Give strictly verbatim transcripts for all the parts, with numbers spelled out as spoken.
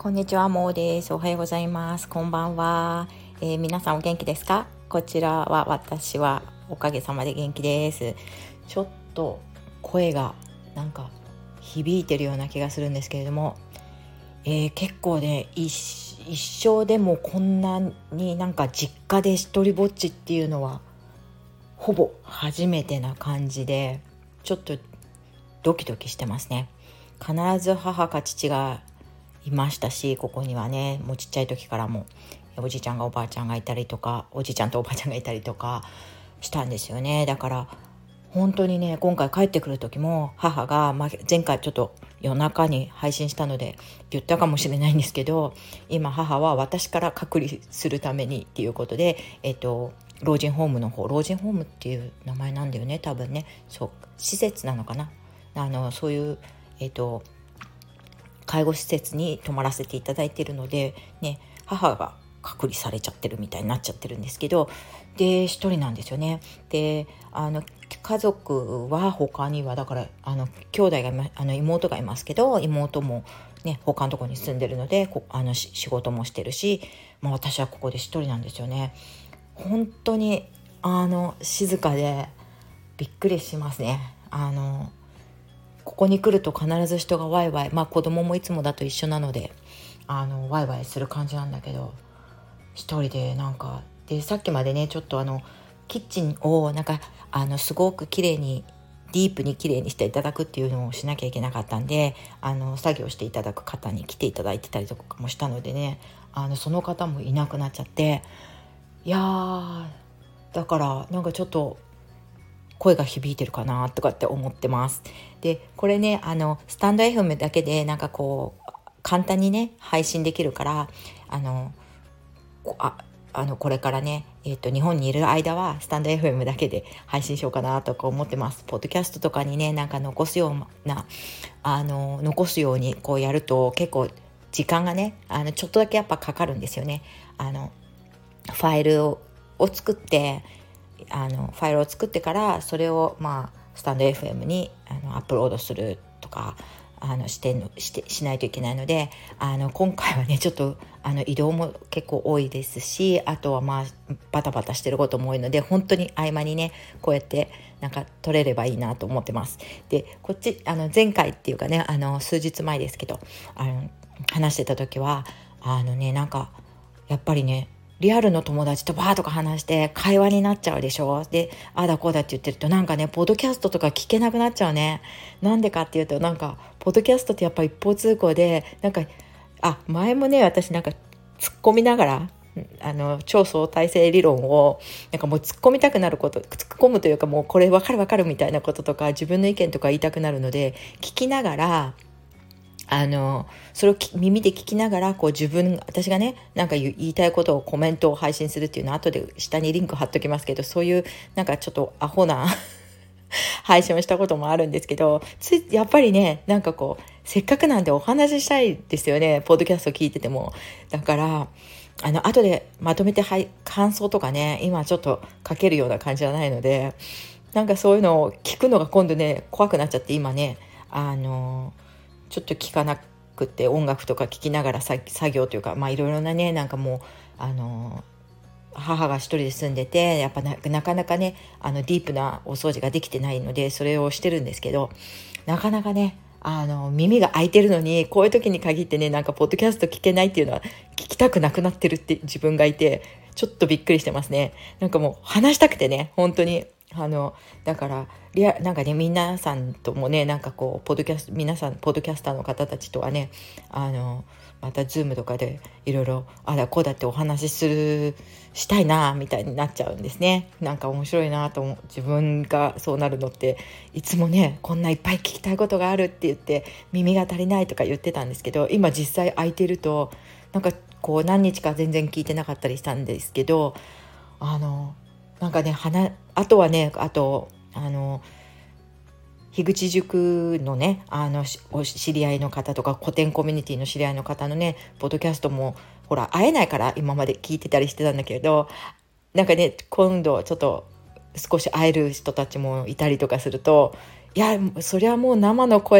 こんにちは、もーです。おはようございます。こんばんは、えー、皆さんお元気ですか？こちらは私はおかげさまで元気です。ちょっと声がなんか響いてるような気がするんですけれども、えー、結構ね一、一生でもこんなになんか実家で一人ぼっちっていうのはほぼ初めてな感じで、ちょっとドキドキしてますね。必ず母か父がいましたし、ここにはね、もうちっちゃい時からもおじいちゃんがおばあちゃんがいたりとか、おじいちゃんとおばあちゃんがいたりとかしたんですよね。だから本当にね、今回帰ってくる時も母が、まあ、前回ちょっと夜中に配信したので言ったかもしれないんですけど、今母は私から隔離するためにっていうことで、えっと老人ホームの方、老人ホームっていう名前なんだよね、多分ね。そう、施設なのかな、あのそういうえっと介護施設に泊まらせていただいているので、ね、母が隔離されちゃってるみたいになっちゃってるんですけど、で一人なんですよね。であの家族は他にはだからあの兄弟があの妹がいますけど、妹もね他のところに住んでるので、こあの仕事もしてるし、まあ、私はここで一人なんですよね。本当にあの静かでびっくりしますね。あのここに来ると必ず人がワイワイ、まあ子供もいつもだと一緒なのであのワイワイする感じなんだけど、一人でなんかで、さっきまでねちょっとあのキッチンをなんかあのすごく綺麗にディープに綺麗にしていただくっていうのをしなきゃいけなかったんで、あの作業していただく方に来ていただいてたりとかもしたのでね、あのその方もいなくなっちゃって、いやーだからなんかちょっと声が響いてるかなとかって思ってます。でこれね、あのスタンド エフエム だけでなんかこう簡単にね配信できるから、あのああのこれからね、えーと、日本にいる間はスタンド エフエム だけで配信しようかなとか思ってます。ポッドキャストとかにねなんか残すようなあの残すようにこうやると結構時間がねあのちょっとだけやっぱかかるんですよね。あのファイルを作ってあのファイルを作ってからそれをまあスタンド エフエム にあのアップロードするとかあのしてしてしないといけないので、あの今回はねちょっとあの移動も結構多いですし、あとはまあバタバタしてることも多いので、本当に合間にねこうやってなんか撮れればいいなと思ってます。でこっちあの前回っていうかね、あの数日前ですけどあの話してた時はあのねなんかやっぱりねリアルの友達とバーとか話して会話になっちゃうでしょ。で、ああだこうだって言ってるとなんかね、ポッドキャストとか聞けなくなっちゃうね。なんでかっていうと、なんかポッドキャストってやっぱ一方通行で、なんかあ前もね私なんか突っ込みながらあの超相対性理論をなんかもう突っ込みたくなること、突っ込むというかもうこれ分かる分かるみたいなこととか自分の意見とか言いたくなるので、聞きながらあのそれを耳で聞きながらこう自分私がねなんか言いたいことをコメントを配信するっていうのは後で下にリンク貼っときますけど、そういうなんかちょっとアホな配信をしたこともあるんですけど、つやっぱりねなんかこうせっかくなんでお話ししたいですよね、ポッドキャスト聞いてても。だからあの後でまとめてはい感想とかね今ちょっと書けるような感じじゃないので、なんかそういうのを聞くのが今度ね怖くなっちゃって、今ねあのちょっと聞かなくて音楽とか聞きながら作業というか、まあいろいろなねなんかもうあの母が一人で住んでてやっぱ な, なかなかねあのディープなお掃除ができてないのでそれをしてるんですけど、なかなかねあの耳が開いてるのにこういう時に限ってねなんかポッドキャスト聞けないっていうのは聞きたくなくなってるって自分がいてちょっとびっくりしてますね。なんかもう話したくてね本当にあのだからリアなんかね皆さんともねなんかこうポッドキャスト皆さんポッドキャスターの方たちとはねあのまたズームとかでいろいろあだこうだってお話しするしたいなみたいになっちゃうんですね。なんか面白いなと思う、自分がそうなるのって。いつもねこんないっぱい聞きたいことがあるって言って耳が足りないとか言ってたんですけど、今実際空いてるとなんかこう何日か全然聞いてなかったりしたんですけど、あのなんかねあとはねあとあの樋口塾のねあのお知り合いの方とか古典コミュニティの知り合いの方のねポッドキャストもほら会えないから今まで聞いてたりしてたんだけど、なんかね今度ちょっと少し会える人たちもいたりとかすると、いやそりゃもう生の声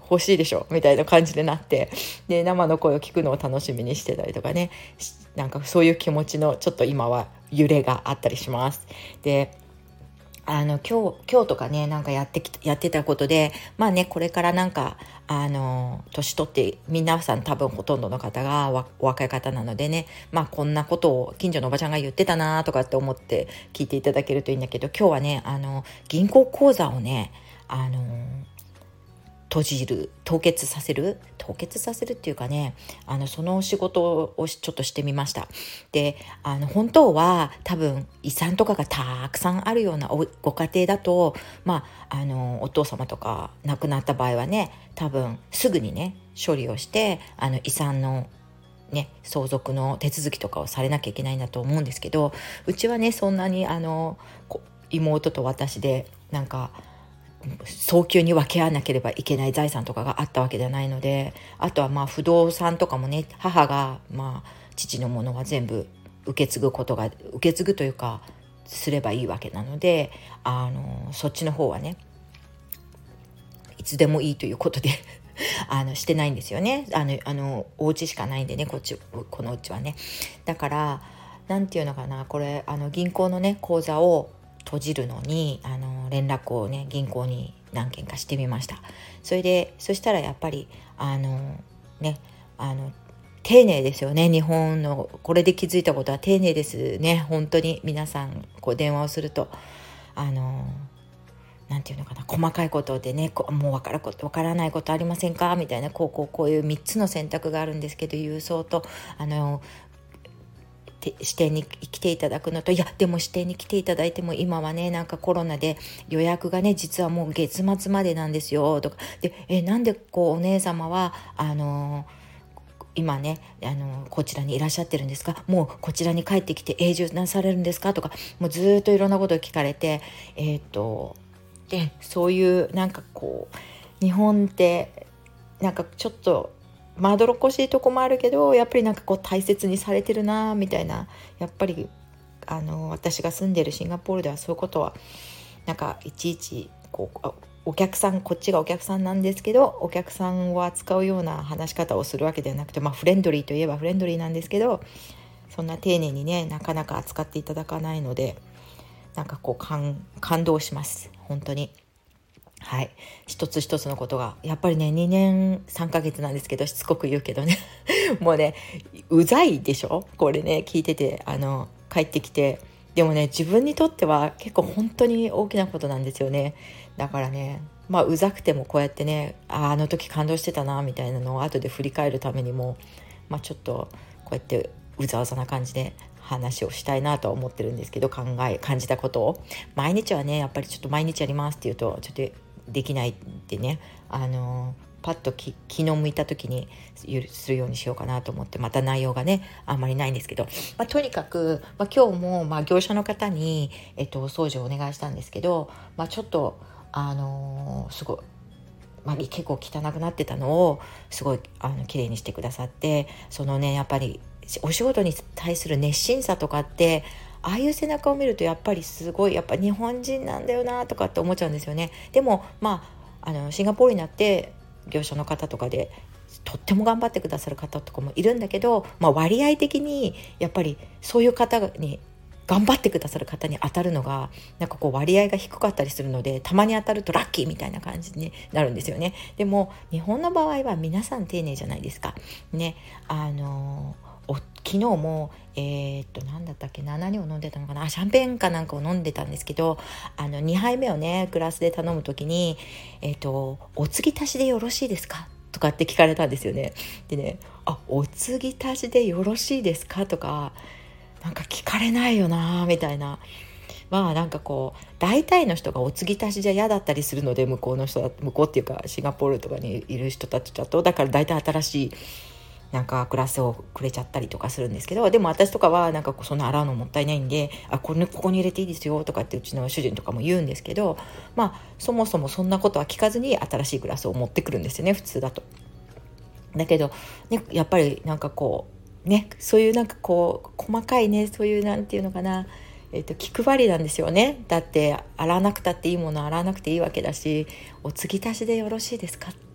欲しいでしょみたいな感じでなって、で生の声を聞くのを楽しみにしてたりとかね、なんかそういう気持ちのちょっと今は揺れがあったりします。であの今日今日とかねなんかやってきやってたことで、まあねこれからなんかあの年取って皆さん多分ほとんどの方がお若い方なのでね、まあこんなことを近所のおばちゃんが言ってたなとかって思って聞いていただけるといいんだけど、今日はねあの銀行口座をねあの閉じる凍結させる凍結させるっていうかね、あのその仕事をちょっとしてみました。であの本当は多分遺産とかがたくさんあるようなご家庭だと、まあ、あのお父様とか亡くなった場合はね多分すぐにね処理をしてあの遺産のね、相続の手続きとかをされなきゃいけないんだと思うんですけど、うちはねそんなにあの妹と私でなんか早急に分け合わなければいけない財産とかがあったわけではないので、あとはまあ不動産とかもね母がまあ父のものは全部受け継ぐことが受け継ぐというかすればいいわけなので、あのそっちの方はねいつでもいいということであのしてないんですよね。あのあのお家しかないんでね、こっちこのうちはね。だからなんていうのかな、これあの銀行のね口座を閉じるのにあの連絡をね銀行に何件かしてみました。それでそしたらやっぱりあのねあの丁寧ですよね。日本のこれで気づいたことは丁寧ですね。本当に皆さんこう電話をするとあのなんていうのかな、細かいことでねもう分からこと分からないことありませんかみたいな、こうこうこういうみっつの選択があるんですけど郵送とあの指定に来ていただくのと、いやでも指定に来ていただいても今はねなんかコロナで予約がね実はもう月末までなんですよとかで、えなんでこうお姉様はあの今ねあのこちらにいらっしゃってるんですか、もうこちらに帰ってきて永住なされるんですかとか、もうずっといろんなことを聞かれて、えー、っとでそういうなんかこう日本ってなんかちょっとまどろっこしいとこもあるけどやっぱりなんかこう大切にされてるなみたいな、やっぱりあの私が住んでるシンガポールではそういうことはなんかいちいちこうお客さんこっちがお客さんなんですけどお客さんを扱うような話し方をするわけではなくて、まあフレンドリーといえばフレンドリーなんですけど、そんな丁寧にねなかなか扱っていただかないのでなんかこう感感動します本当に。はい、一つ一つのことがやっぱりねにねんさんかげつなんですけどしつこく言うけどねもうねうざいでしょこれね聞いてて、あの帰ってきてでもね自分にとっては結構本当に大きなことなんですよね。だからねまあうざくてもこうやってね あ, あの時感動してたなみたいなのを後で振り返るためにも、まあ、ちょっとこうやってうざうざな感じで話をしたいなとは思ってるんですけど、考え感じたことを毎日はねやっぱりちょっと毎日やりますっていうとちょっとできないってね、あのパッとき気の向いた時にするようにしようかなと思って、また内容がねあんまりないんですけど、まあ、とにかく、まあ、今日も、まあ、業者の方に、えっと、お掃除をお願いしたんですけど、まあ、ちょっとあのー、すごいまあ、結構汚くなってたのをすごいあの綺麗にしてくださって、そのねやっぱりお仕事に対する熱心さとかってああいう背中を見るとやっぱりすごいやっぱ日本人なんだよなとかって思っちゃうんですよね。でもまあ、あのシンガポールになって業者の方とかでとっても頑張ってくださる方とかもいるんだけど、まあ、割合的にやっぱりそういう方に頑張ってくださる方に当たるのがなんかこう割合が低かったりするので、たまに当たるとラッキーみたいな感じになるんですよね。でも日本の場合は皆さん丁寧じゃないですかね。あのお昨日もえー、っと何だったっけな、何を飲んでたのかな、あシャンペーンかなんかを飲んでたんですけど、あのにはいめをねグラスで頼むときに、えー、っとお継ぎ足しでよろしいですかとかって聞かれたんですよね。でね、あお継ぎ足しでよろしいですかとかなんか聞かれないよなみたいな。まあなんかこう大体の人がお継ぎ足しじゃ嫌だったりするので、向こうの人だ向こうっていうかシンガポールとかにいる人たちだと、だから大体新しいなんかグラスをくれちゃったりとかするんですけど、でも私とかはなんかそんな洗うのもったいないんで、あこれここに入れていいですよとかってうちの主人とかも言うんですけど、まあそもそもそんなことは聞かずに新しいグラスを持ってくるんですよね普通だと。だけど、ね、やっぱりなんかこうねそういうなんかこう細かいねそういうなんていうのかな、えーと、気配りなんですよね。だって洗わなくたっていいもの洗わなくていいわけだし、お継ぎ足しでよろしいですかっ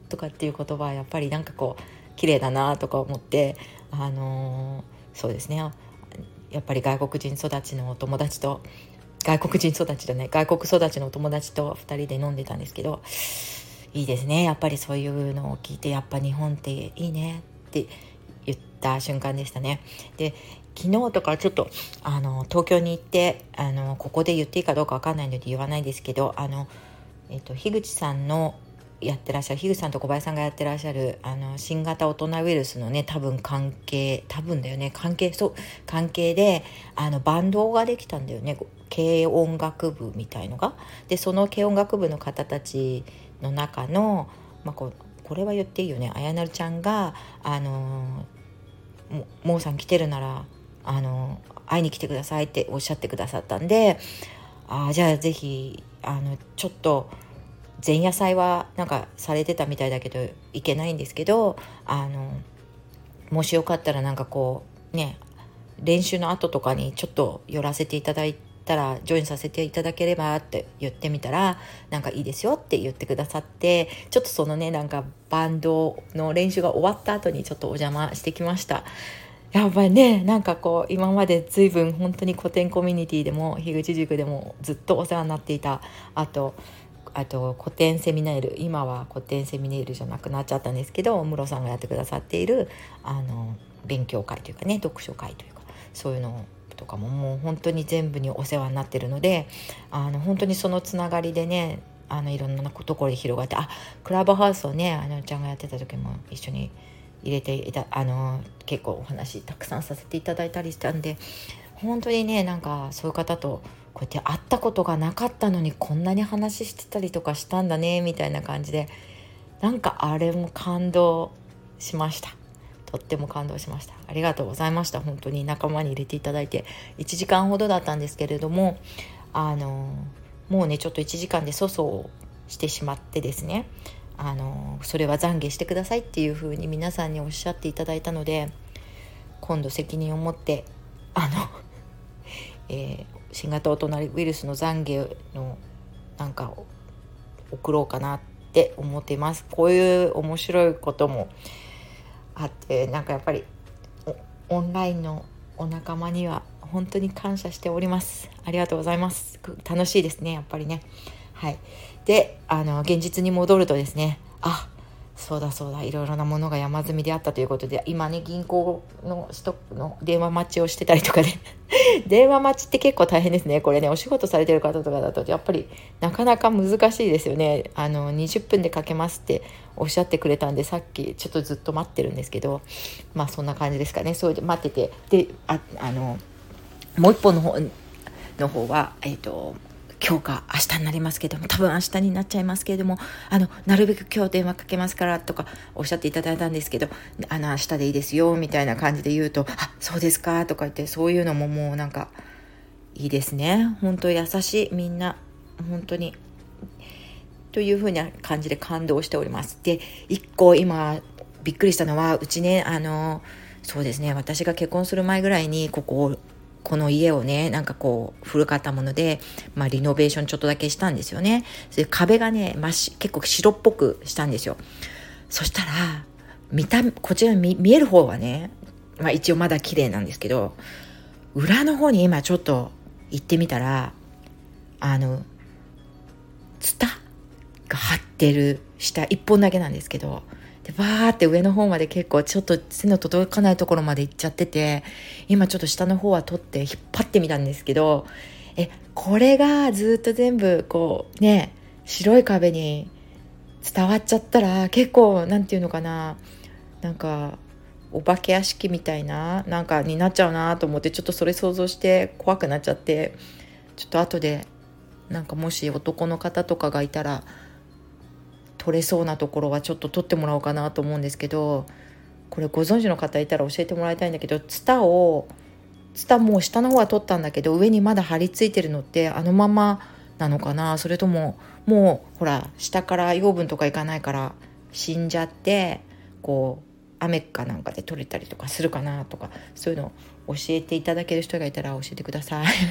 とかっていう言葉はやっぱりなんかこう綺麗だなとか思って、あのー、そうですね、やっぱり外国人育ちのお友達と外国人育ちだね外国育ちのお友達とふたりで飲んでたんですけど、いいですね、やっぱりそういうのを聞いて、やっぱ日本っていいねって言った瞬間でしたね。で、昨日とかちょっとあの東京に行って、あのここで言っていいかどうか分かんないので言わないですけど、あの、えっと、樋口さんのやってらっしゃる樋口さんと小林さんがやってらっしゃるあの新型大人ウイルスのね、多分関係多分だよね関係そう関係であのバンドができたんだよね、軽音楽部みたいのが。でその軽音楽部の方たちの中の、まあ、こ, これは言っていいよね、あやなるちゃんがあのももうさん来てるならあの会いに来てくださいっておっしゃってくださったんで、あじゃあぜひあのちょっと前夜祭はなんかされてたみたいだけど行けないんですけど、あのもしよかったらなんかこうね、練習の後とかにちょっと寄らせていただいたらジョインさせていただければって言ってみたら、なんかいいですよって言ってくださって、ちょっとそのねなんかバンドの練習が終わった後にちょっとお邪魔してきました。やっぱりね、なんかこう今まで随分本当に古典コミュニティでも樋口塾でもずっとお世話になっていた、あとあと古典セミナール、今は古典セミナールじゃなくなっちゃったんですけど、ムロさんがやってくださっているあの勉強会というかね、読書会というかそういうのとかももう本当に全部にお世話になってるので、あの本当にそのつながりでね、あのいろんなところで広がって、あクラブハウスをねあのちゃんがやってた時も一緒に入れていた、あの結構お話たくさんさせていただいたりしたんで、本当にねなんかそういう方とこうやって会ったことがなかったのにこんなに話してたりとかしたんだねみたいな感じで、なんかあれも感動しました。とっても感動しました。ありがとうございました。本当に仲間に入れていただいて、いちじかんほどだったんですけれども、あのもうねちょっといちじかんで粗相をしてしまってですね、あのそれは懺悔してくださいっていう風に皆さんにおっしゃっていただいたので、今度責任を持ってあの、えー、新型大人ウイルスの懺悔のなんか送ろうかなって思っています。こういう面白いこともあって、なんかやっぱりオンラインのお仲間には本当に感謝しております。ありがとうございます。楽しいですねやっぱりね。はい。で、あの現実に戻るとですね、あ、そうだそうだ、いろいろなものが山積みであったということで、今ね銀行のストップの電話待ちをしてたりとかで電話待ちって結構大変ですね。これねお仕事されてる方とかだとやっぱりなかなか難しいですよね。あのにじゅっぷんでかけますっておっしゃってくれたんで、さっきちょっとずっと待ってるんですけど、まあそんな感じですかね。それで待ってて、で、あ、あのもう一本の方の方はえっと今日か明日になりますけども、多分明日になっちゃいますけれども、あのなるべく今日電話かけますからとかおっしゃっていただいたんですけど、あの明日でいいですよみたいな感じで言うと、あ、そうですかとか言って、そういうのももうなんかいいですね。本当優しい、みんな本当にという風な感じで感動しております。で、一個今びっくりしたのは、うちね、あのそうですね、私が結婚する前ぐらいにこここの家をねなんかこう古かったもので、まあ、リノベーションちょっとだけしたんですよね。それで壁がね真っし結構白っぽくしたんですよ。そしたら見たこちらに 見, 見える方はね、まあ、一応まだ綺麗なんですけど、裏の方に今ちょっと行ってみたら、あのツタが張ってる下一本だけなんですけど、でバーって上の方まで結構ちょっと背の届かないところまで行っちゃってて、今ちょっと下の方は取って引っ張ってみたんですけど、えこれがずっと全部こうね白い壁に伝わっちゃったら結構なんていうのかな、なんかお化け屋敷みたいななんかになっちゃうなと思って、ちょっとそれ想像して怖くなっちゃって、ちょっと後でなんかもし男の方とかがいたら取れそうなところはちょっと取ってもらおうかなと思うんですけど、これご存知の方いたら教えてもらいたいんだけど、ツタをツタもう下の方は取ったんだけど上にまだ張り付いてるのってあのままなのかな、それとももうほら下から養分とかいかないから死んじゃってこう雨かなんかで取れたりとかするかなとか、そういうの教えていただける人がいたら教えてください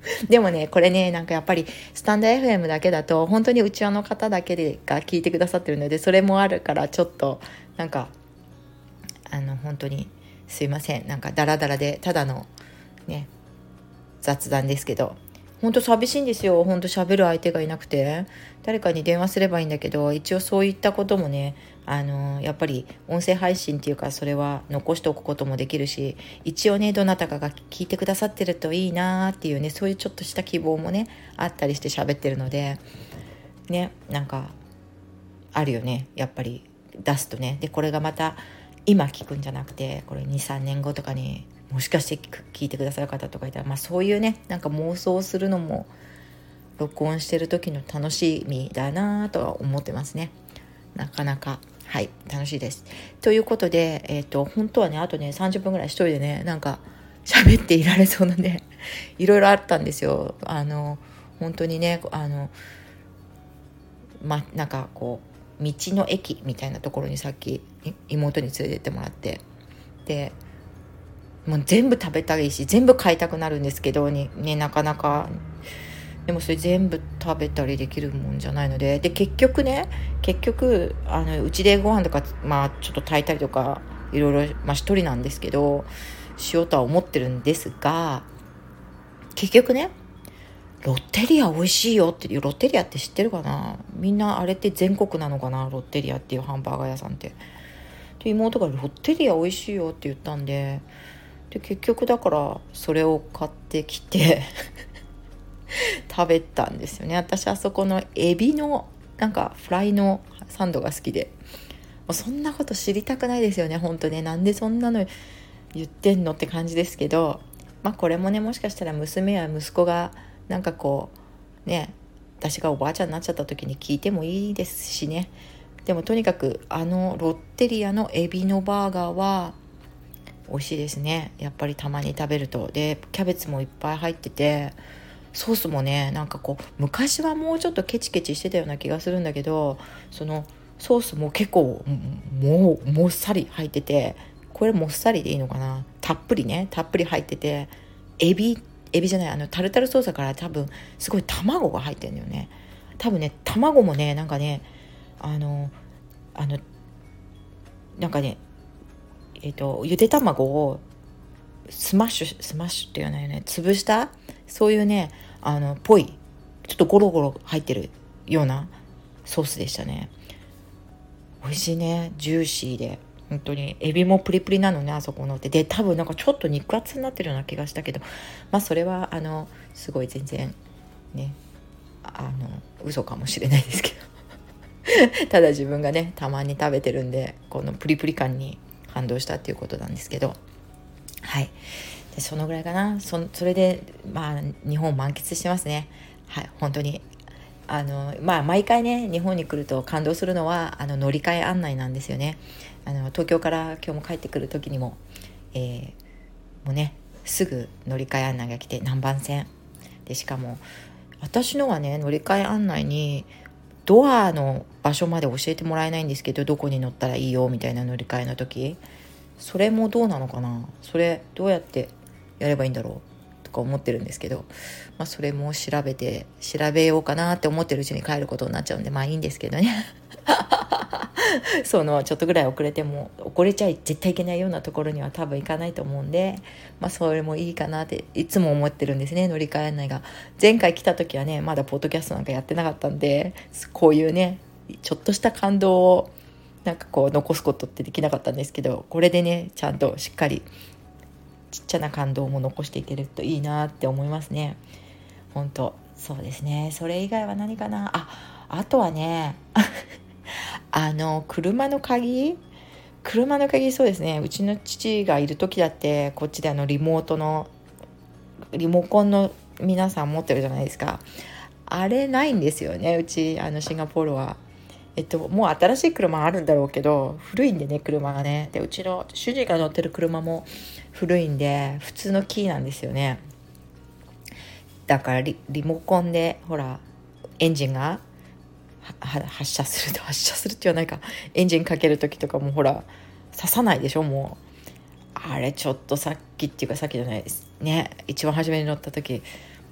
でもねこれねなんかやっぱりスタンド エフエム だけだと本当にうちわの方だけでが聞いてくださってるので、それもあるからちょっとなんかあの本当にすいません、なんかダラダラでただのね雑談ですけど、本当寂しいんですよ。本当喋る相手がいなくて、誰かに電話すればいいんだけど、一応そういったこともねあのやっぱり音声配信っていうかそれは残しておくこともできるし、一応ねどなたかが聞いてくださってるといいなっていうね、そういうちょっとした希望もねあったりして喋ってるのでね、なんかあるよねやっぱり出すとね。でこれがまた今聞くんじゃなくてこれ にさんねんごとかにもしかして聞いてくださる方とかいたら、まあ、そういうねなんか妄想するのも録音してる時の楽しみだなとは思ってますね。なかなかはい楽しいです。ということで、えーと、本当はねあとねさんじゅっぷんぐらい一人でねなんか喋っていられそうなんでいろいろあったんですよ。あの本当にねあのまなんかこう道の駅みたいなところにさっき妹に連れてってもらって、でもう全部食べたいし全部買いたくなるんですけどに、ね、なかなかでもそれ全部食べたりできるもんじゃないので、で結局ね結局あのうちでご飯とかまあちょっと炊いたりとかいろいろまあ一人なんですけどしようとは思ってるんですが、結局ねロッテリア美味しいよっていう、ロッテリアって知ってるかな、みんなあれって全国なのかな、ロッテリアっていうハンバーガー屋さんって。で妹がロッテリア美味しいよって言ったんで、で結局だからそれを買ってきて食べたんですよね。私あそこのエビのなんかフライのサンドが好きで、もうそんなこと知りたくないですよね本当ね。なんでそんなの言ってんのって感じですけど、まあこれもねもしかしたら娘や息子がなんかこうね私がおばあちゃんになっちゃった時に聞いてもいいですしね。でもとにかくあのロッテリアのエビのバーガーは美味しいですね。やっぱりたまに食べると。でキャベツもいっぱい入ってて、ソースもねなんかこう昔はもうちょっとケチケチしてたような気がするんだけど、そのソースも結構もうもっさり入ってて、これもっさりでいいのかな、たっぷりねたっぷり入ってて、エビエビじゃないあのタルタルソースから多分すごい卵が入ってるんだよね。多分ね卵もねなんかねあのあのなんかねえっとゆで卵をスマッシュスマッシュって言わないよね、潰したそういうねあのぽいちょっとゴロゴロ入ってるようなソースでしたね。美味しいね、ジューシーで本当にエビもプリプリなのねあそこのって。で多分なんかちょっと肉厚になってるような気がしたけど、まあそれはあのすごい全然ねあの嘘かもしれないですけどただ自分がねたまに食べてるんでこのプリプリ感に感動したっていうことなんですけど、はいでそのぐらいかな。 そ, それでまあ日本満喫してますね。はい本当にあのまあ毎回ね日本に来ると感動するのはあの乗り換え案内なんですよね。あの東京から今日も帰ってくる時にも、えー、もうねすぐ乗り換え案内が来て何番線で、しかも私のはね乗り換え案内にドアの場所まで教えてもらえないんですけど、どこに乗ったらいいよみたいな乗り換えの時、それもどうなのかな、それどうやってやればいいんだろうとか思ってるんですけど、まあ、それも調べて調べようかなって思ってるうちに帰ることになっちゃうんでまあいいんですけどねそのちょっとぐらい遅れても遅れちゃい絶対いけないようなところには多分行かないと思うんで、まあそれもいいかなっていつも思ってるんですね。乗り換え案内が前回来た時はねまだポッドキャストなんかやってなかったんで、こういうねちょっとした感動をなんかこう残すことってできなかったんですけど、これでねちゃんとしっかりちっちゃな感動も残していけるといいなって思いますね。本当そうですね。それ以外は何かなあ、あとはねあの車の鍵車の鍵そうですね、うちの父がいる時だってこっちであのリモートのリモコンの皆さん持ってるじゃないですか。あれないんですよねうちあのシンガポールは。えっと、もう新しい車あるんだろうけど古いんでね車がね。でうちの主人が乗ってる車も古いんで普通のキーなんですよね。だから リ, リモコンでほらエンジンが発射すると発射するって言わないか、エンジンかける時とかもほら刺さないでしょ。もうあれちょっとさっきっていうかさっきじゃないですね、一番初めに乗った時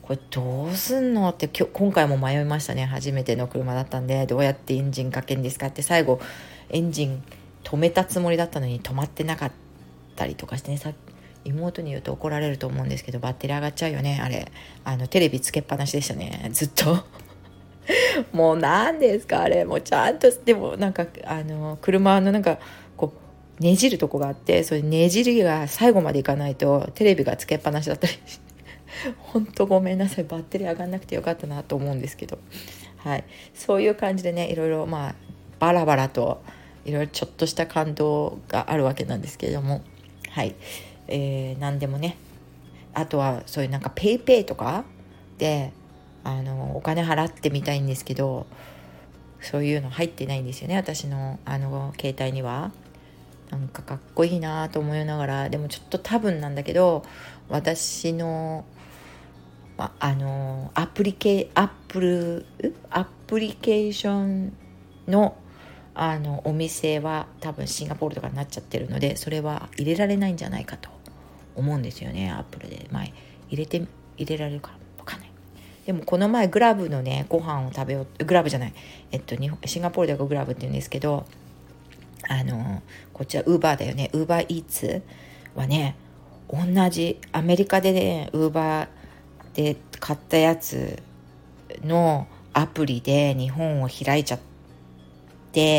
これどうすんのって今日今回も迷いましたね。初めての車だったんで、どうやってエンジンかけるんですかって、最後エンジン止めたつもりだったのに止まってなかったりとかしてね、さ妹に言うと怒られると思うんですけど、バッテリー上がっちゃうよねあれ。あのテレビつけっぱなしでしたね、ずっともう何ですかあれ。もうちゃんと、でもなんかあの車のなんかこうねじるとこがあって、それねじりが最後までいかないとテレビがつけっぱなしだったりして本当ごめんなさい、バッテリー上がんなくてよかったなと思うんですけど、はい、そういう感じでね、いろいろまあバラバラといろいろちょっとした感動があるわけなんですけれども、はい、えー、何でもね、あとはそういうなんかペイペイとかであのお金払ってみたいんですけど、そういうの入ってないんですよね、私のあの携帯には。なんかかっこいいなと思いながら、でもちょっと多分なんだけど、私のああのアプリケアップルアプリケーションのあのお店は多分シンガポールとかになっちゃってるので、それは入れられないんじゃないかと思うんですよね。アップルで前入れて入れられるかわかんない。でもこの前グラブのねご飯を食べよう、グラブじゃないえっと日本シンガポールではグラブって言うんですけど、あのこっちはウーバーだよね。ウーバーイーツはね、同じアメリカでねウーバーで買ったやつのアプリで日本を開いちゃって、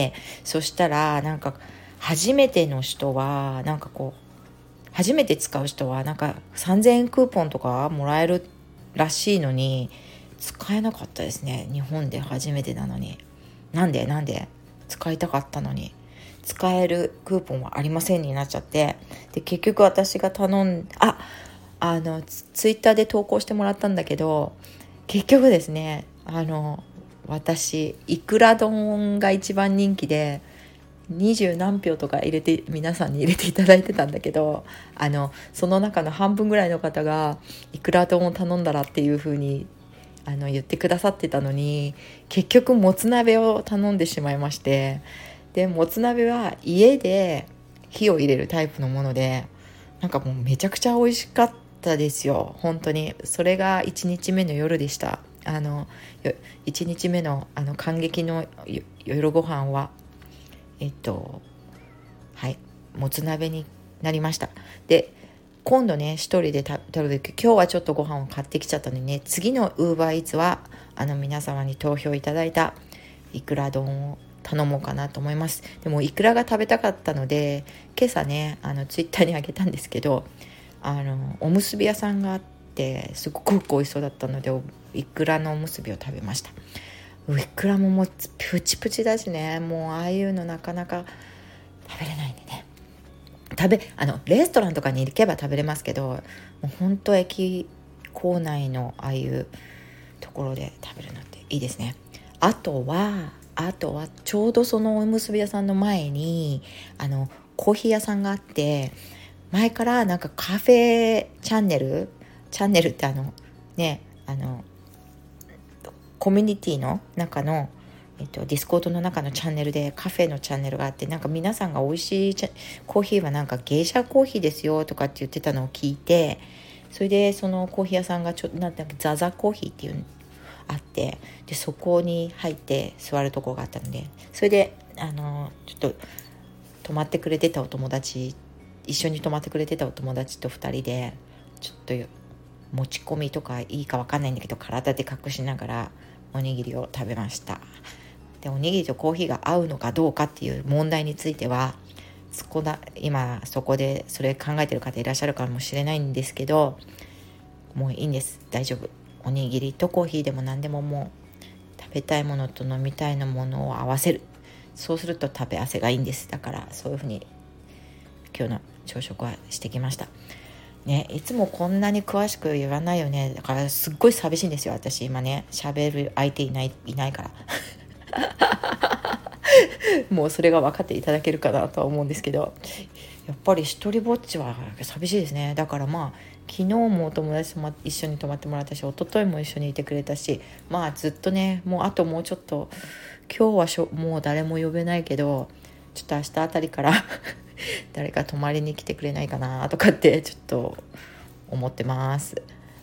そしたらなんか初めての人はなんかこう初めて使う人はなんかさんぜんえんクーポンとかもらえるらしいのに使えなかったですね。日本で初めてなのに。なんでなんで使いたかったのに使えるクーポンはありませんになっちゃって、で結局私が頼んああのツツイッターで投稿してもらったんだけど、結局ですね、あの私いくら丼が一番人気で二十何票とか入れて皆さんに入れていただいてたんだけど、あのその中の半分ぐらいの方がいくら丼を頼んだらっていう風にあの言ってくださってたのに、結局もつ鍋を頼んでしまいまして、でもつ鍋は家で火を入れるタイプのもので、なんかもうめちゃくちゃ美味しかったですよ本当に。それがいちにちめの夜でした。あのいちにちめのあの感激の夜ご飯はえっとはいもつ鍋になりました。で今度ね一人で食べる時、今日はちょっとご飯を買ってきちゃったのにね、次のウーバーイーツはあの皆様に投票いただいたいくら丼を頼もうかなと思います。でもいくらが食べたかったので今朝ねあのツイッターにあげたんですけど、あのおむすび屋さんがあってすごく美味しそうだったのでいくらのおむすびを食べました。いくらももうプチプチだしね、もうああいうのなかなか食べれないんでね、食べあのレストランとかに行けば食べれますけど、もう本当駅構内のああいうところで食べるのっていいですね。あとはあとはちょうどそのおむすび屋さんの前にあのコーヒー屋さんがあって、前からなんかカフェチャンネルチャンネルってあのねあのコミュニティの中の、えっと、ディスコードの中のチャンネルでカフェのチャンネルがあって、なんか皆さんが美味しいコーヒーはなんか芸者コーヒーですよとかって言ってたのを聞いて、それでそのコーヒー屋さんがちょなんてザザコーヒーっていうあって、でそこに入って座るところがあったので、それであのちょっと泊まってくれてたお友達一緒に泊まってくれてたお友達とふたりでちょっと持ち込みとかいいか分かんないんだけど体で隠しながらおにぎりを食べました。でおにぎりとコーヒーが合うのかどうかっていう問題についてはそこだ今そこでそれ考えてる方いらっしゃるかもしれないんですけど、もういいんです、大丈夫。おにぎりとコーヒーでも何でももう食べたいものと飲みたいなものを合わせる、そうすると食べ汗がいいんです。だからそういうふうに今日の朝食はしてきましたね。いつもこんなに詳しく言わないよね。だからすっごい寂しいんですよ私今ね、喋る相手いないいないからもうそれが分かっていただけるかなとは思うんですけど、やっぱり一人ぼっちは寂しいですね。だからまあ昨日もお友達と一緒に泊まってもらったし、一昨日も一緒にいてくれたし、まあずっとねもうあともうちょっと今日はしょもう誰も呼べないけど、ちょっと明日あたりから誰か泊まりに来てくれないかなとかってちょっと思ってます。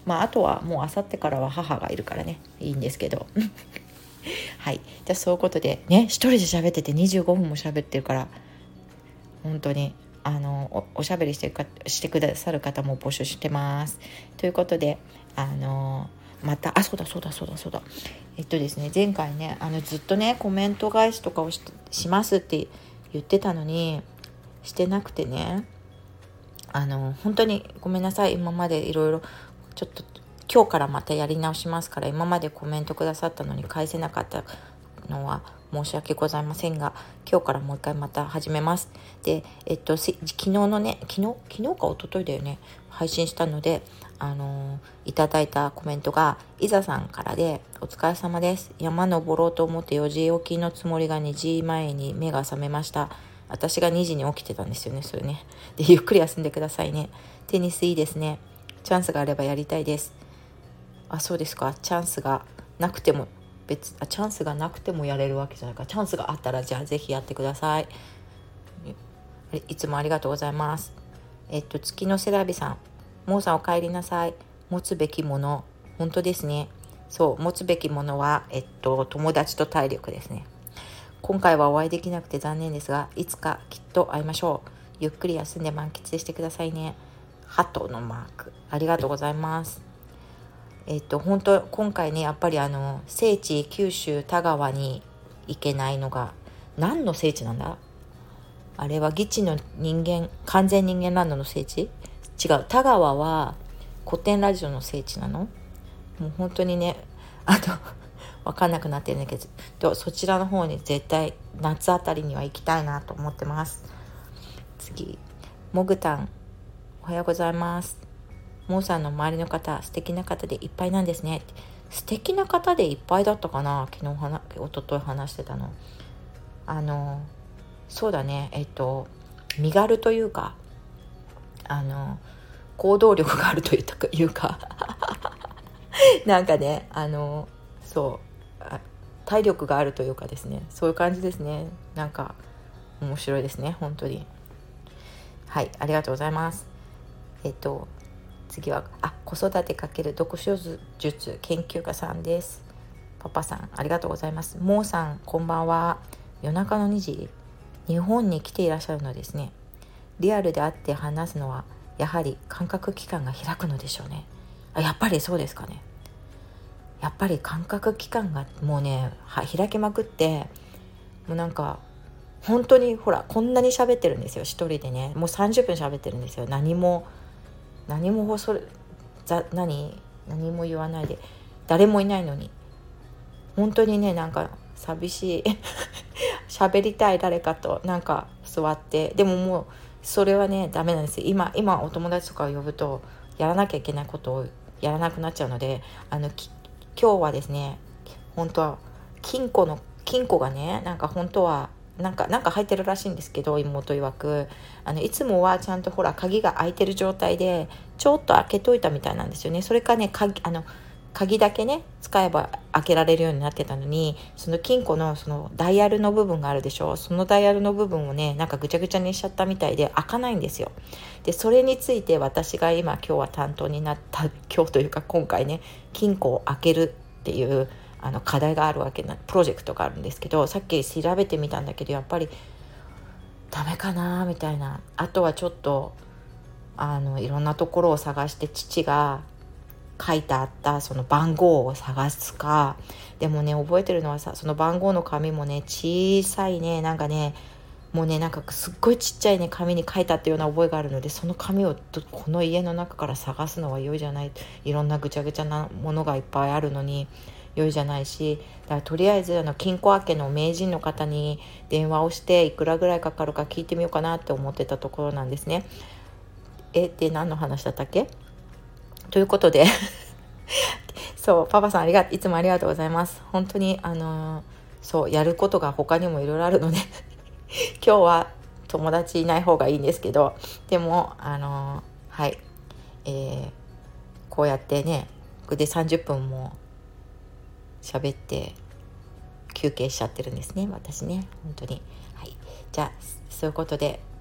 まああとはもう明後日からは母がいるからねいいんですけどはい、じゃあそういうことでね、一人で喋っててにじゅうごふんも喋ってるから、本当にあの お, おしゃべりしてかしてくださる方も募集してますということで、あのまたあそうだそうだそうだそうだえっとですね前回ねあのずっとねコメント返しとかを し, しますって言ってたのにしてなくてね、あの本当にごめんなさい。今までいろいろちょっと今日からまたやり直しますから、今までコメントくださったのに返せなかったのは申し訳ございませんが、今日からもう一回また始めます。で、えっと昨日のね昨日昨日か一昨日だよね配信したので、あのー、いただいたコメントがいざさんからで、お疲れ様です。山登ろうと思ってよじ起きのつもりがにじまえに目が覚めました。私がにじに起きてたんですよね、それね。で、ゆっくり休んでくださいね。テニスいいですね。チャンスがあればやりたいです。あ、そうですか。チャンスがなくても別あチャンスがなくてもやれるわけじゃないから、チャンスがあったらじゃあぜひやってください。いつもありがとうございます。えっと月のセラビさん、モーさんお帰りなさい。持つべきもの、本当ですね。そう持つべきものはえっと友達と体力ですね。今回はお会いできなくて残念ですが、いつかきっと会いましょう。ゆっくり休んで満喫してくださいね。ハトのマークありがとうございます。えっと本当今回ねやっぱりあの聖地九州田川に行けないのが何の聖地なんだ、あれはギチの人間完全人間ランドの聖地、違う、田川は古典ラジオの聖地なの。もう本当にねあの分かんなくなってるんだけど、そちらの方に絶対夏あたりには行きたいなと思ってます。次、モグタンおはようございます。モーさんの周りの方素敵な方でいっぱいなんですね。素敵な方でいっぱいだったかな、昨日はな一昨日話してたの。あのそうだね、えっと身軽というか、あの行動力があるというかなんかねあのそう体力があるというかですね、そういう感じですね。なんか面白いですね本当に。はい、ありがとうございます。えっと次はあ子育て×読書術研究家さんです。パパさんありがとうございます。モーさんこんばんは。夜中のにじ、日本に来ていらっしゃるのですね。リアルで会って話すのはやはり感覚器官が開くのでしょうね。あ、やっぱりそうですかね。やっぱり感覚器官がもうね開きまくって、もうなんか本当にほらこんなに喋ってるんですよ、一人でね。もうさんじゅっぷん喋ってるんですよ。何も何もそれざ何何も言わないで、誰もいないのに。本当にねなんか寂しい喋りたい誰かとなんか座って。でももうそれはねダメなんですよ。今今お友達とかを呼ぶとやらなきゃいけないことをやらなくなっちゃうので、あの今日はですね本当は金庫の金庫がねなんか本当はなんかなんか入ってるらしいんですけど、妹曰くあのいつもはちゃんとほら鍵が開いてる状態でちょっと開けといたみたいなんですよね。それかね鍵あの鍵だけね使えば開けられるようになってたのに、その金庫のそのダイヤルの部分があるでしょ、そのダイヤルの部分をねなんかぐちゃぐちゃにしちゃったみたいで開かないんですよ。でそれについて私が今今日は担当になった今日というか今回ね金庫を開けるっていうあの課題があるわけなプロジェクトがあるんですけど、さっき調べてみたんだけどやっぱりダメかなみたいな。あとはちょっとあのいろんなところを探して父が書いてあったその番号を探すか。でもね覚えてるのはさ、その番号の紙もね小さいねなんかねもうねなんかすっごいちっちゃいね紙に書いてあったような覚えがあるので、その紙をこの家の中から探すのは良いじゃない。いろんなぐちゃぐちゃなものがいっぱいあるのに良いじゃないし、だからとりあえずあの金庫開けの名人の方に電話をしていくらぐらいかかるか聞いてみようかなって思ってたところなんですね。えで何の話だったっけということでそうパパさんありがいつもありがとうございます。本当にあのー、そうやることが他にもいろいろあるので今日は友達いない方がいいんですけど、でもあのー、はい、えー、こうやってねでさんじゅっぷんも喋って休憩しちゃってるんですね私ね本当に。はい、じゃあそういうことで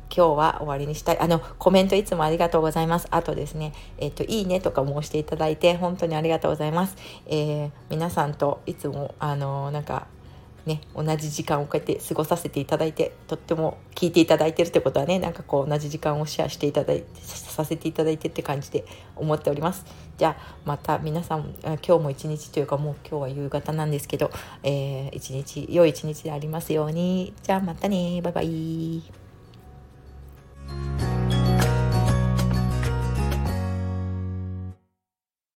今日は終わりにしたい。あのコメントいつもありがとうございます。あとですね、えっといいねとかも押していただいて本当にありがとうございます。えー、皆さんといつもあのなんかね、同じ時間をこうやって過ごさせていただいて、とっても聞いていただいてるってことはね、なんかこう同じ時間をシェアしていただいてさせていただいてって感じで思っております。じゃあまた皆さん、今日も一日というかもう今日は夕方なんですけど、えー、一日良い一日でありますように。じゃあまたね、バイバイ。